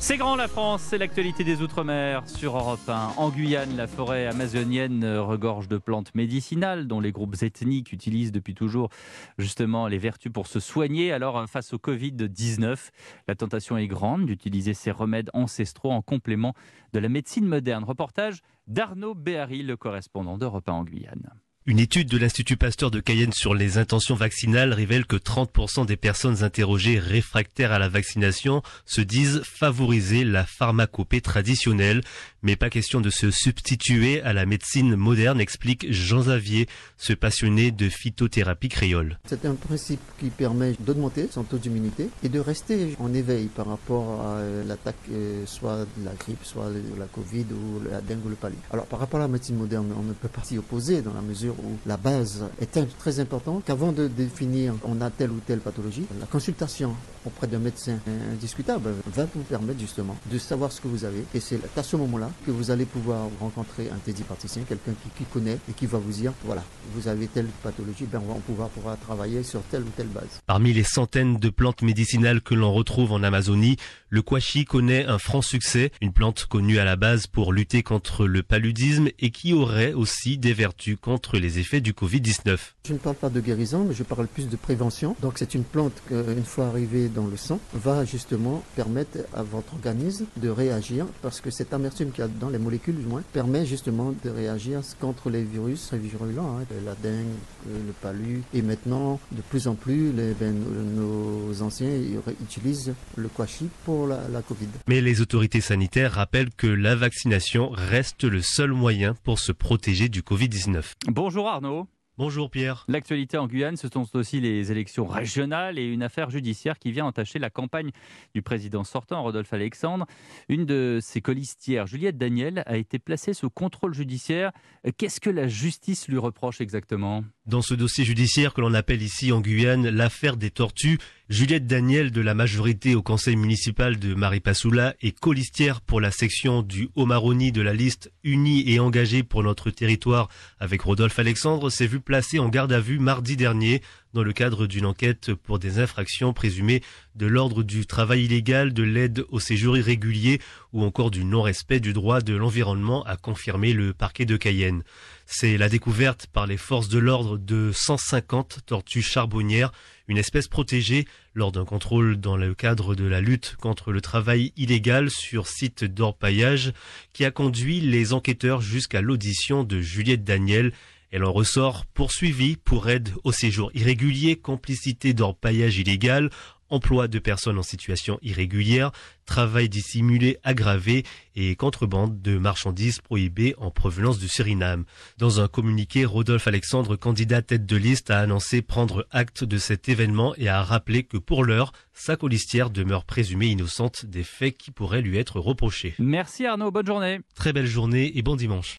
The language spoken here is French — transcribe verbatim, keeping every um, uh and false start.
C'est grand la France, c'est l'actualité des Outre-mer sur Europe un. En Guyane, la forêt amazonienne regorge de plantes médicinales dont les groupes ethniques utilisent depuis toujours justement les vertus pour se soigner. Alors face au covid dix-neuf, la tentation est grande d'utiliser ces remèdes ancestraux en complément de la médecine moderne. Reportage d'Arnaud Béhari, le correspondant d'Europe un en Guyane. Une étude de l'Institut Pasteur de Cayenne sur les intentions vaccinales révèle que trente pour cent des personnes interrogées réfractaires à la vaccination se disent favoriser la pharmacopée traditionnelle. Mais pas question de se substituer à la médecine moderne, explique Jean Xavier, ce passionné de phytothérapie créole. C'est un principe qui permet d'augmenter son taux d'immunité et de rester en éveil par rapport à l'attaque soit de la grippe, soit de la Covid ou la dengue ou le palu. Alors par rapport à la médecine moderne, on ne peut pas s'y opposer dans la mesure où la base est très importante, qu'avant de définir on a telle ou telle pathologie, la consultation auprès d'un médecin indiscutable va vous permettre justement de savoir ce que vous avez. Et c'est à ce moment-là que vous allez pouvoir rencontrer un télépraticien, quelqu'un qui, qui connaît et qui va vous dire, voilà, vous avez telle pathologie, ben on va pouvoir, pouvoir travailler sur telle ou telle base. Parmi les centaines de plantes médicinales que l'on retrouve en Amazonie, le quachi connaît un franc succès, une plante connue à la base pour lutter contre le paludisme et qui aurait aussi des vertus contre les effets du covid dix-neuf. Je ne parle pas de guérison, mais je parle plus de prévention. Donc c'est une plante qui, une fois arrivée dans le sang, va justement permettre à votre organisme de réagir, parce que cette amertume qu'il y a dans les molécules, du moins, permet justement de réagir contre les virus très virulents, hein, la dengue, le palu, et maintenant, de plus en plus, les, ben, nos anciens utilisent le quachi pour la, la Covid. Mais les autorités sanitaires rappellent que la vaccination reste le seul moyen pour se protéger du covid dix-neuf. Bonjour Arnaud. Bonjour Pierre. L'actualité en Guyane, ce sont aussi les élections régionales et une affaire judiciaire qui vient entacher la campagne du président sortant, Rodolphe Alexandre. Une de ses colistières, Juliette Daniel, a été placée sous contrôle judiciaire. Qu'est-ce que la justice lui reproche exactement ? Dans ce dossier judiciaire que l'on appelle ici en Guyane l'affaire des tortues, Juliette Daniel de la majorité au conseil municipal de Maripasoula est colistière pour la section du Haut-Maroni de la liste unie et engagée pour notre territoire avec Rodolphe Alexandre s'est vue placée en garde à vue mardi dernier dans le cadre d'une enquête pour des infractions présumées de l'ordre du travail illégal, de l'aide au séjour irrégulier ou encore du non-respect du droit de l'environnement, a confirmé le parquet de Cayenne. C'est la découverte par les forces de l'ordre de cent cinquante tortues charbonnières, une espèce protégée, lors d'un contrôle dans le cadre de la lutte contre le travail illégal sur site d'orpaillage, qui a conduit les enquêteurs jusqu'à l'audition de Juliette Daniel. Elle en ressort poursuivie pour aide au séjour irrégulier, complicité d'orpaillage illégal, emploi de personnes en situation irrégulière, travail dissimulé aggravé et contrebande de marchandises prohibées en provenance du Suriname. Dans un communiqué, Rodolphe Alexandre, candidat tête de liste, a annoncé prendre acte de cet événement et a rappelé que pour l'heure, sa colistière demeure présumée innocente des faits qui pourraient lui être reprochés. Merci Arnaud, bonne journée. Très belle journée et bon dimanche.